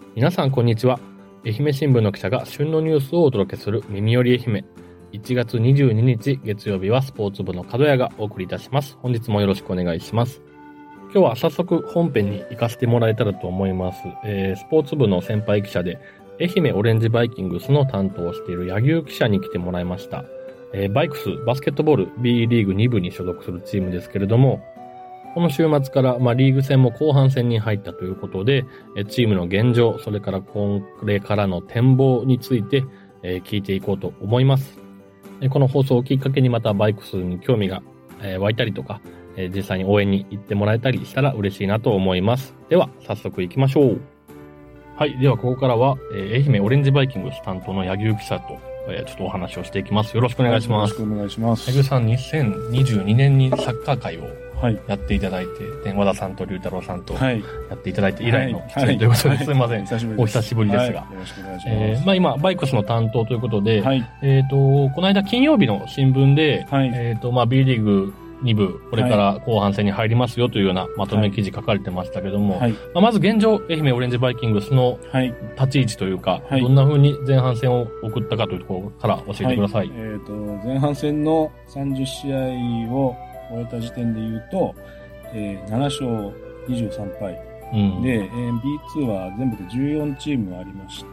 皆さんこんにちは。愛媛新聞の記者が旬のニュースをお届けする耳より愛媛。1月22日月曜日はスポーツ部の角谷がお送りいたします。本日もよろしくお願いします。今日は早速本編に行かせてもらえたらと思います。スポーツ部の先輩記者で愛媛オレンジバイキングスの担当をしている柳生記者に来てもらいました。バイクスバスケットボール B リーグ2部に所属するチームですけれども、この週末から、リーグ戦も後半戦に入ったということで、チームの現状、それからこれからの展望について、聞いていこうと思います。この放送をきっかけにまたバイクスに興味が、湧いたりとか、実際に応援に行ってもらえたりしたら嬉しいなと思います。では、早速行きましょう。はい。では、ここからは、愛媛オレンジバイキングス担当の柳生記者と、ちょっとお話をしていきます。よろしくお願いします。 よろしくお願いします。 柳生さん、2022年にサッカー界をやっていただいて、和田さんと龍太郎さんとやっていただいて以来の出演ということで、すいません。お久しぶりですが。よろしくお願いします。 今、バイクスの担当ということで、この間金曜日の新聞で、B リーグ2部、これから後半戦に入りますよというようなまとめ記事書かれてましたけども、まず現状、愛媛オレンジバイキングスの立ち位置というか、どんな風に前半戦を送ったかというところから教えてください。 前半戦の30試合を終えた時点で言うと、7勝23敗。で、B2 は全部で14チームありまして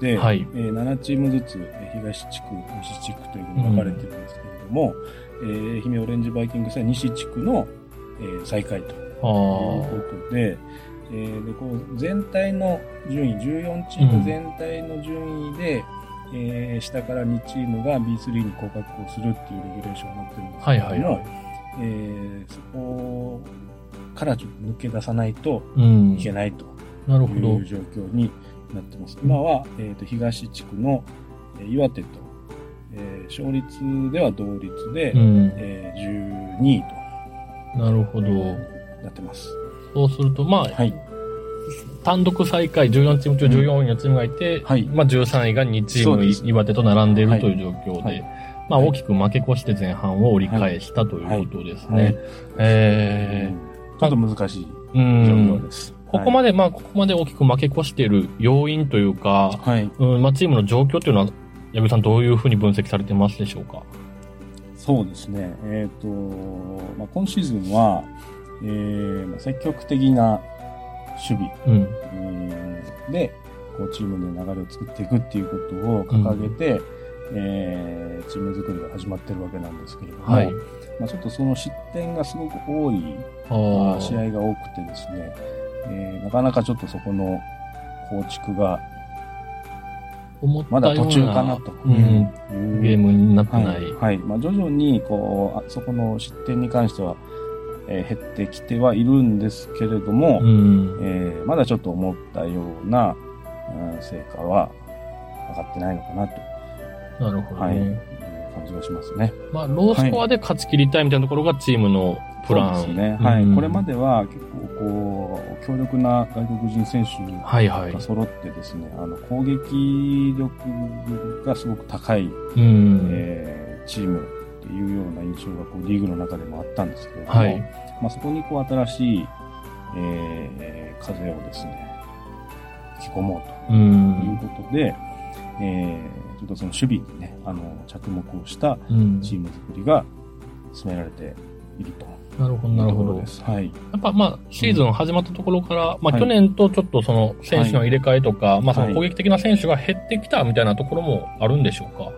、7チームずつ東地区、西地区というふうに分かれてるんですけれども、愛媛オレンジバイキングスは西地区の、最下位ということで、こう全体の順位、14チーム全体の順位で、下から2チームが B3 に降格をするっていうレギュレーションになってるんですけれども、そこからちょっと抜け出さないといけないという状況になってます。今は、東地区の、岩手と、勝率では同率で、12位となるほどなってます。 そうすると、単独最下位14チーム中14位のチームがいて、13位が2チーム岩手と並んでいるという状況で、大きく負け越して前半を折り返したということですね。 ちょっと難しい状況です。 ここまで大きく負け越している要因というか、チームの状況というのは、矢部さんどういうふうに分析されてますでしょうか？ そうですね。今シーズンは、積極的な守備、で、こうチームで流れを作っていくっていうことを掲げて、チーム作りが始まってるわけなんですけれども、ちょっとその失点がすごく多い試合が多くてですね、なかなかちょっとそこの構築がまだ途中かなというゲームになってない。 徐々にそこの失点に関しては、減ってきてはいるんですけれども、まだちょっと思ったような、成果は上がってないのかなと。 なるほどね。 いう感じがしますね。 ロースコアで勝ち切りたいみたいなところがチームのプラン。 そうですね。これまでは結構強力な外国人選手が揃ってですね、攻撃力がすごく高い、チームっていうような印象がリーグの中でもあったんですけれども、そこに新しい、風をですね、吹き込もうということで、ちょっとその守備にね、着目をしたチーム作りが進められていると。 なるほど、なるほど。やっぱシーズン始まったところから、去年とちょっとその選手の入れ替えとか、その攻撃的な選手が減ってきたみたいなところもあるんでしょうか？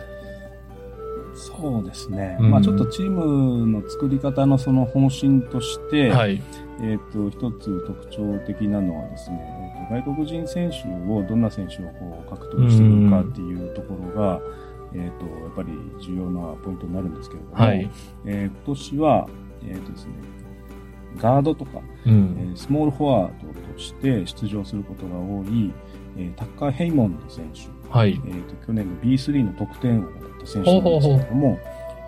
そうですね。ちょっとチームの作り方のその方針として、一つ特徴的なのはですね、外国人選手をどんな選手を獲得していくかっていうところが、やっぱり重要なポイントになるんですけれども、今年は、ですね、ガードとか、スモールフォワードとして出場することが多い、タッカー・ヘイモンド選手、去年の B3 の得点王だった選手なんですけれども、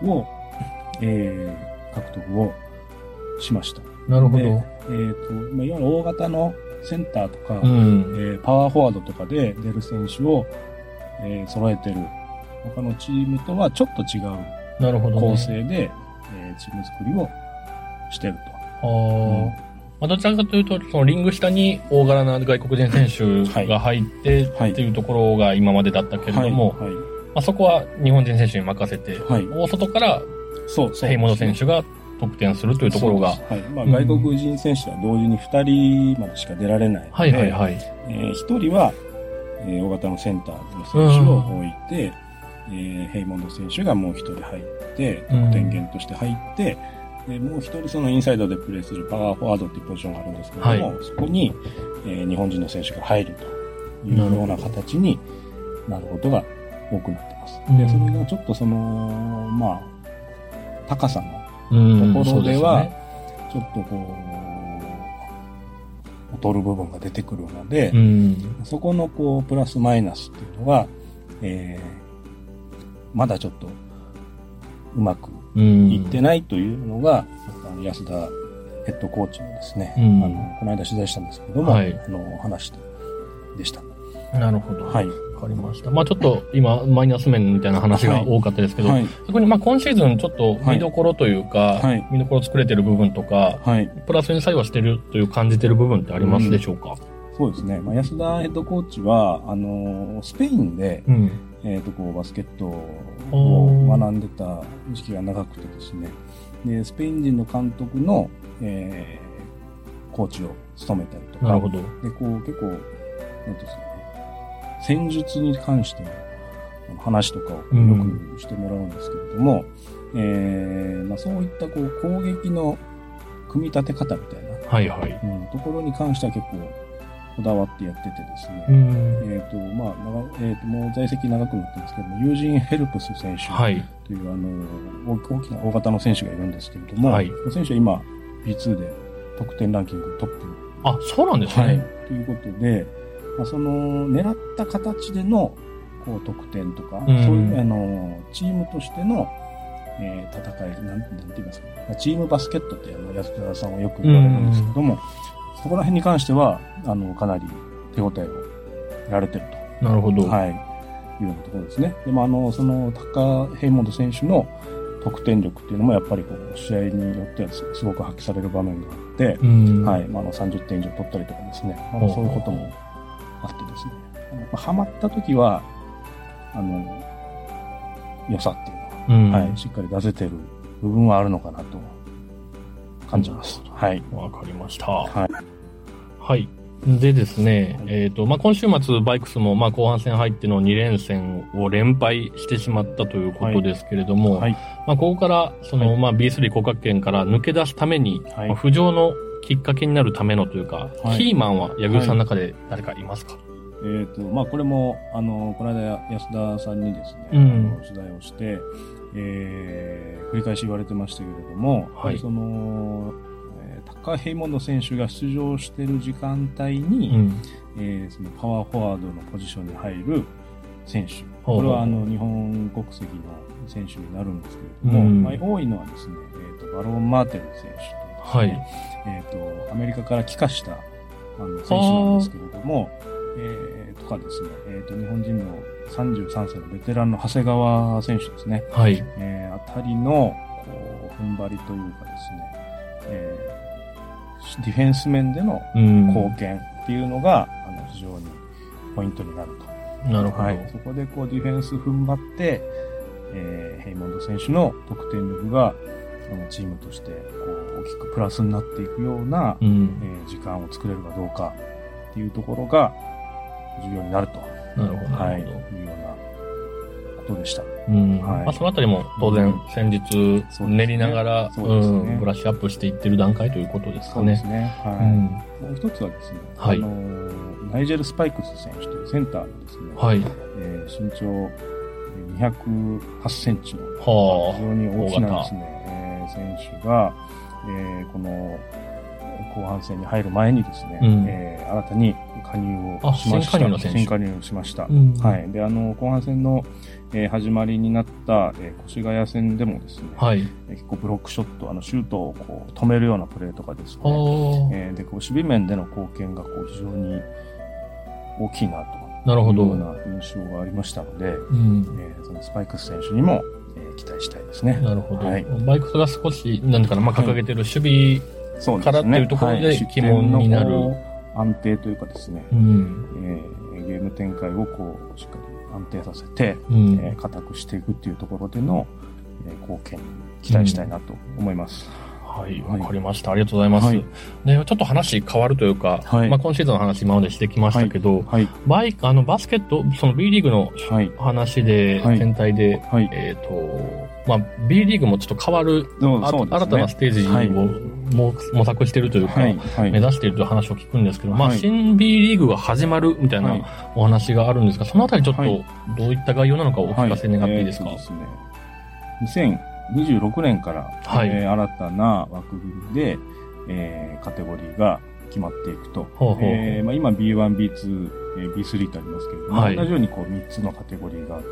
獲得をしました。 なるほど。 いわゆる大型のセンターとか、パワーフォワードとかで出る選手を、揃えてる他のチームとはちょっと違う構成で、チーム作りをしてると。 どちらかというと、そのリング下に大柄な外国人選手が入ってっていうところが今までだったけれども、そこは日本人選手に任せて、大外からヘイモンド選手が得点するというところが。 外国人選手は同時に2人までしか出られないので、1人は、大型のセンターの選手を置いて、ヘイモンド選手がもう1人入って、得点源として入って、もう1人そのインサイドでプレーするパワーフォワードっていうポジションがあるんですけども、そこに、日本人の選手が入るというような形になることが多くなってます。で、それがちょっとその、高さのところでは、ちょっとこう、劣る部分が出てくるので、そこのこう、プラスマイナスっていうのが、まだちょっとうまくいってないというのが、安田ヘッドコーチのですね、この間取材したんですけども、話でした。 なるほど。わかりました。ちょっと今、マイナス面みたいな話が多かったですけど、そこに今シーズンちょっと見どころというか、見どころ作れてる部分とか、プラスに作用してるという感じてる部分ってありますでしょうか？ そうですね。安田ヘッドコーチは、スペインで、バスケットを学んでた意識が長くてですね。で、スペイン人の監督の、コーチを務めたりとか。 なるほど。 で、こう、結構、なんていうんですかね、戦術に関しての話とかをよくしてもらうんですけれども、そういったこう、攻撃の組み立て方みたいな、ところに関しては結構、こだわってやっててですね。もう在籍長くなってるんですけども、ユージン・フェルプス選手という大きな大型の選手がいるんですけれども、その選手は今 B2 で得点ランキングトップ。 あ、そうなんですね。 ということで、その狙った形でのこう得点とか、そういうチームとしての、戦い、なんて言いますか、チームバスケットって安田さんはよく言われるんですけども、そこら辺に関しては、かなり手応えを得られてると。 なるほど。 いうようなところですね。でも、その、ヘイモンド選手の得点力っていうのも、やっぱりこう、試合によってはすごく発揮される場面があって、30点以上取ったりとかですね。そういうこともあってですね。ハマった時は、良さっていうのは、しっかり出せてる部分はあるのかなと感じます。 わかりました。でですね、今週末バイクスも後半戦入っての2連戦を連敗してしまったということですけれども、ここからそのB3 降格圏から抜け出すために、浮上のきっかけになるためのというか、キーマンは柳生さんの中で誰かいますか？ これもこの間安田さんにですね、取材をして、繰り返し言われてましたけれども、そのヘイモンド選手が出場している時間帯に、そのパワーフォワードのポジションに入る選手、これは日本国籍の選手になるんですけれども、多いのはですね、バロン・マーテル選手とですね、アメリカから帰化した選手なんですけれども、とかですね、日本人の33歳のベテランの長谷川選手ですね、あたりのこう踏ん張りというかですね、ディフェンス面での貢献っていうのが、非常にポイントになると。 なるほど。 そこでこうディフェンス踏ん張って、ヘイモンド選手の得点力が、チームとしてこう大きくプラスになっていくような、時間を作れるかどうかっていうところが重要になると。 なるほど。 いうようなことでした。 そのあたりも当然先日練りながら、ブラッシュアップしていってる段階ということですかね。 そうですね。もう一つはですね、ナイジェル・スパイクス選手というセンターのですね、身長208センチの非常に大きなですね、選手が、この後半戦に入る前にですね、新たに加入をしました。新加入しました。で、後半戦の始まりになった越谷戦でもですね、結構ブロックショット、シュートをこう止めるようなプレーとかですね、で、こう守備面での貢献がこう非常に大きいなと。なるほど。いうような印象がありましたので、そのスパイクス選手にも期待したいですね。 なるほど。バイクスが少し、なんかな、掲げてる守備からっていうところで疑問になる。 安定というかですね、ゲーム展開をこうしっかり安定させて、固くしていくっていうところでの、貢献に期待したいなと思います。 はい、わかりました。ありがとうございます。で、ちょっと話変わるというか、今シーズンの話今までしてきましたけど、バスケット、その B リーグの話で、全体で、B リーグもちょっと変わる、新たなステージを模索しているというか、目指しているという話を聞くんですけど、新 B リーグが始まるみたいなお話があるんですが、そのあたりちょっとどういった概要なのかをお聞かせ願っていいですか ？2026年から、新たな枠組みで、カテゴリーが決まっていくと。今 B1、B2、B3 とありますけれども、同じようにこう3つのカテゴリーがあって、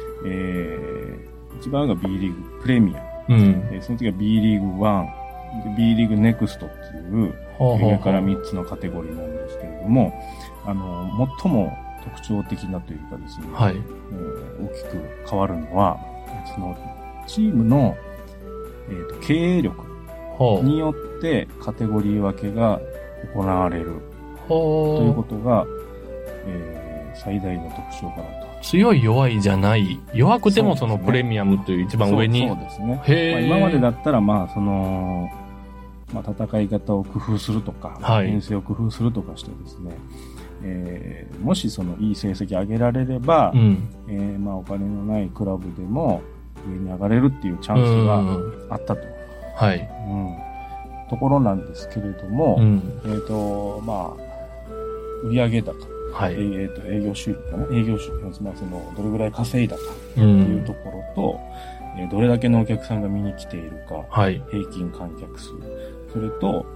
一番が B リーグプレミア、その次は B リーグ1、B リーグネクストっていう上から3つのカテゴリーなんですけれども、最も特徴的なというかですね、大きく変わるのは、そのチームの、経営力によってカテゴリー分けが行われるということが、最大の特徴かなと。 強い弱いじゃない。弱くてもそのプレミアムという一番上に。 そうですね。今までだったら、戦い方を工夫するとか、編成を工夫するとかしてですね、もしそのいい成績上げられれば、お金のないクラブでも上に上がれるっていうチャンスがあったと。ところなんですけれども、売上高。営業収入かな。営業収入、どれぐらい稼いだかっていうところと、どれだけのお客さんが見に来ているか、平均観客数、それと、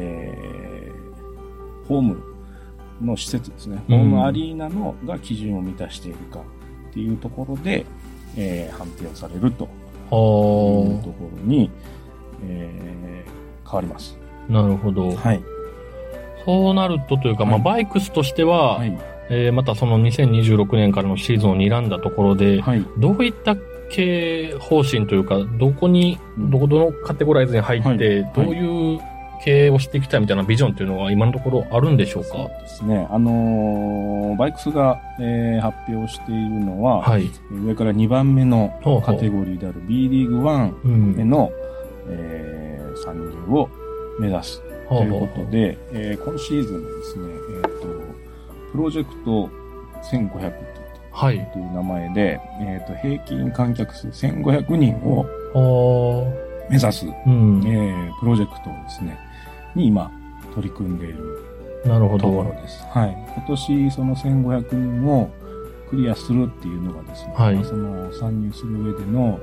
ホームの施設ですね。ホームアリーナが基準を満たしているかっていうところで、判定をされるというところに、変わります。 なるほど。そうなるというか、バイクスとしては、またその2026年からのシーズンを睨んだところで、どういった経営方針というか、どのカテゴライズに入って、どういう経営をしていきたいみたいなビジョンというのは今のところあるんでしょうか？ そうですね。バイクスが、発表しているのは、上から2番目のカテゴリーである B リーグ1への、参入を目指す。ということで、今シーズンですね、プロジェクト1500という名前で、平均観客数1500人を目指す、プロジェクトをですね、に今取り組んでいるところです。今年その1500人をクリアするっていうのがですね、その参入する上での、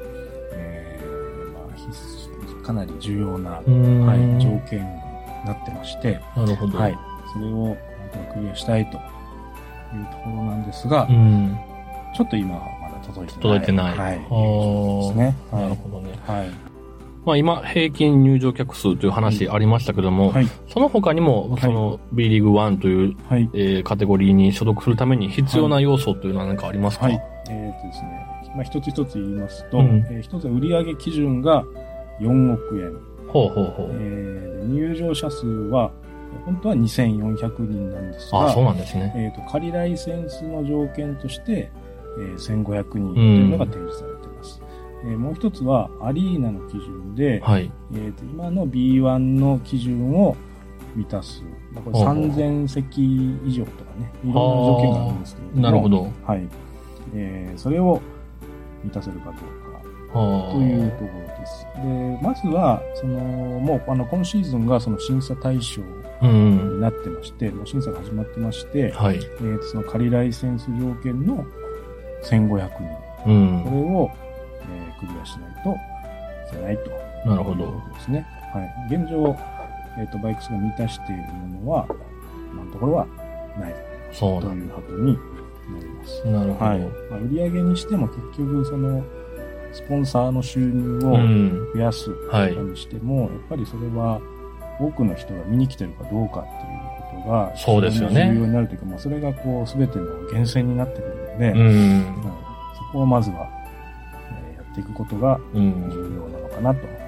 かなり重要な、条件なってまして、 なるほど。 それをクリアしたいというところなんですが、ちょっと今はまだ届いてない。ですね。 なるほどね。今、平均入場客数という話ありましたけども、その他にも、その B リーグ1という、カテゴリーに所属するために必要な要素というのは何かありますか？ ですね、一つ一つ言いますと、一つは売上基準が4億円。入場者数は、本当は2400人なんですが、 そうなんですね。 仮ライセンスの条件として、1500人というのが提示されています。もう一つは、アリーナの基準で、今の B1 の基準を満たす。これ3000席以上とかね、いろんな条件があるんですけれども、 なるほど。 それを満たせるかどうか、というところです。で、まずは、もう、今シーズンがその審査対象になってまして、もう審査が始まってまして、その仮ライセンス条件の1500人、これを、クリアしないといけないと。 なるほど。 ですね。現状、バイクスが満たしているものは、今のところはない。ということになります。 なるほど。 売上にしても結局、スポンサーの収入を増やすにしても、やっぱりそれは多くの人が見に来てるかどうかっていうことがそうですよね。 重要になるというか、それがこう全ての源泉になってくるので、そこをまずはやっていくことが重要なのかなと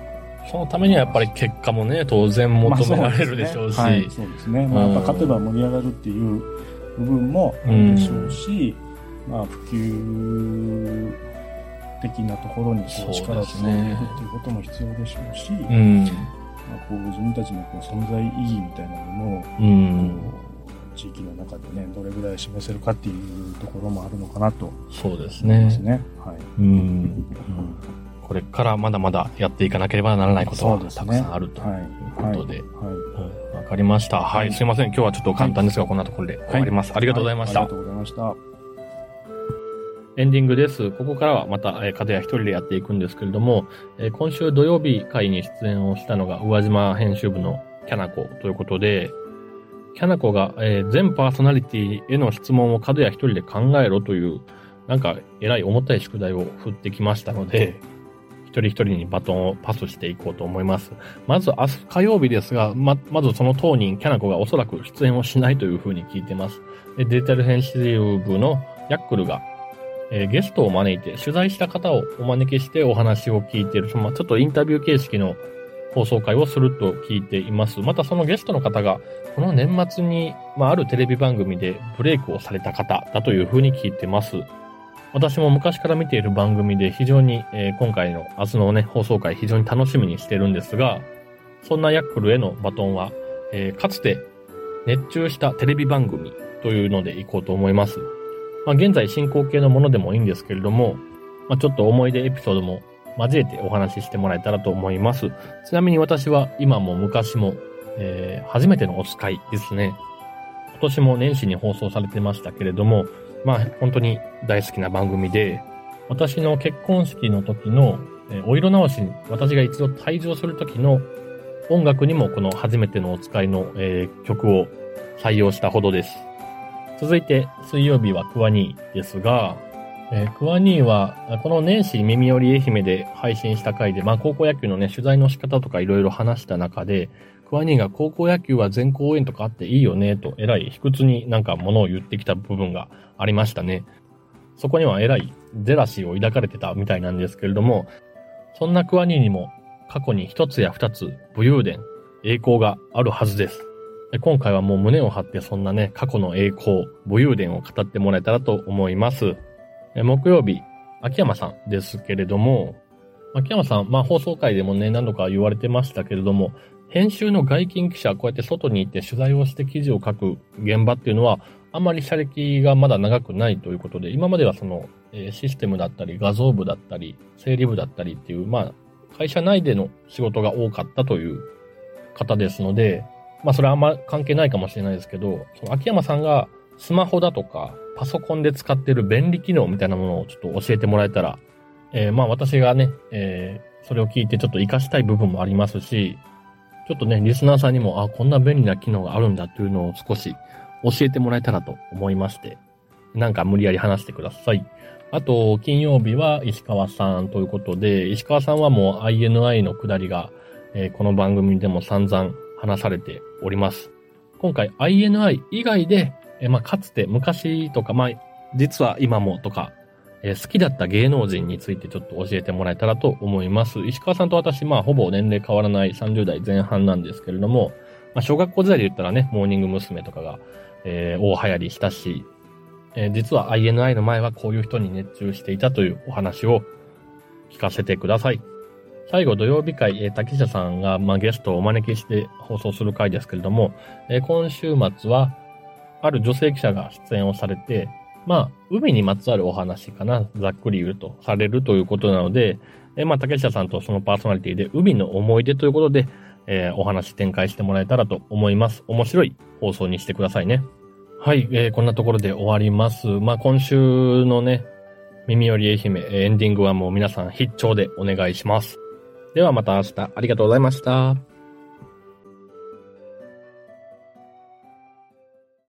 そのためにはやっぱり結果もね、当然求められるでしょうし。 そうですね。やっぱ勝てば盛り上がるっていう部分もあるでしょうし、普及的なところにこう力を注いでいくっていうことも必要でしょうし、こう自分たちのこう存在意義みたいなものを、地域の中でね、どれぐらい示せるかっていうところもあるのかなと。 そうですね。 はい。 これからまだまだやっていかなければならないことがたくさんあるということで。わかりました。はい。すいません。今日はちょっと簡単ですが、こんなところで終わります。ありがとうございました。 ありがとうございました。 エンディングです。ここからはまた、角谷一人でやっていくんですけれども、今週土曜日会に出演をしたのが、宇和島編集部のキャナコということで、キャナコが、全パーソナリティへの質問を角谷一人で考えろという、なんか、えらい重たい宿題を振ってきましたので、一人一人にバトンをパスしていこうと思います。まず明日火曜日ですが、まずその当人、キャナコがおそらく出演をしないというふうに聞いてます。デジタル編集部のヤックルが、ゲストを招いて、取材した方をお招きしてお話を聞いている、ちょっとインタビュー形式の放送会をすると聞いています。またそのゲストの方が、この年末に、あるテレビ番組でブレイクをされた方だというふうに聞いてます。私も昔から見ている番組で非常に、今回の明日のね、放送回非常に楽しみにしてるんですが、そんなヤックルへのバトンは、かつて熱中したテレビ番組というのでいこうと思います。現在進行形のものでもいいんですけれども、ちょっと思い出エピソードも交えてお話ししてもらえたらと思います。ちなみに私は今も昔も、初めてのお使いですね。今年も年始に放送されてましたけれども、本当に大好きな番組で、私の結婚式の時の、お色直しに私が一度退場する時の音楽にもこの初めてのお使いの、曲を採用したほどです。続いて水曜日はクワニーですが、クワニーはこの年始耳寄り愛媛で配信した回で、高校野球のね、取材の仕方とかいろいろ話した中で、クワニーが高校野球は全校応援とかあっていいよねと、えらい卑屈になんか物を言ってきた部分がありましたね。そこにはえらいジェラシーを抱かれてたみたいなんですけれども、そんなクワニーにも過去に一つや二つ武勇伝、栄光があるはずです。今回はもう胸を張ってそんなね、過去の栄光、武勇伝を語ってもらえたらと思います。木曜日、秋山さんですけれども、秋山さん、放送回でもね、何度か言われてましたけれども、編集の外勤記者、こうやって外に行って取材をして記事を書く現場っていうのは、あんまり社歴がまだ長くないということで、今まではその、システムだったり、画像部だったり、整理部だったりっていう、会社内での仕事が多かったという方ですので、それはあんま関係ないかもしれないですけど、その秋山さんがスマホだとか、パソコンで使っている便利機能みたいなものをちょっと教えてもらえたら、私がね、それを聞いてちょっと活かしたい部分もありますし、ちょっとね、リスナーさんにも、こんな便利な機能があるんだというのを少し教えてもらえたらと思いまして、なんか無理やり話してください。あと、金曜日は石川さんということで、石川さんはもう INI の下りが、この番組でも散々話されております。今回 INI 以外で、かつて昔とか、実は今もとか、好きだった芸能人についてちょっと教えてもらえたらと思います。石川さんと私、ほぼ年齢変わらない30代前半なんですけれども、小学校時代で言ったらね、モーニング娘。とかが、大流行りしたし、実は INI の前はこういう人に熱中していたというお話を聞かせてください。最後土曜日会、竹下さんが、ゲストをお招きして放送する回ですけれども、今週末は、ある女性記者が出演をされて、海にまつわるお話かな、ざっくり言うと、されるということなので、竹下さんとそのパーソナリティで海の思い出ということで、お話展開してもらえたらと思います。面白い放送にしてくださいね。はい、こんなところで終わります。今週のね、耳より愛媛、エンディングはもう皆さん必聴でお願いします。ではまた明日、ありがとうございました。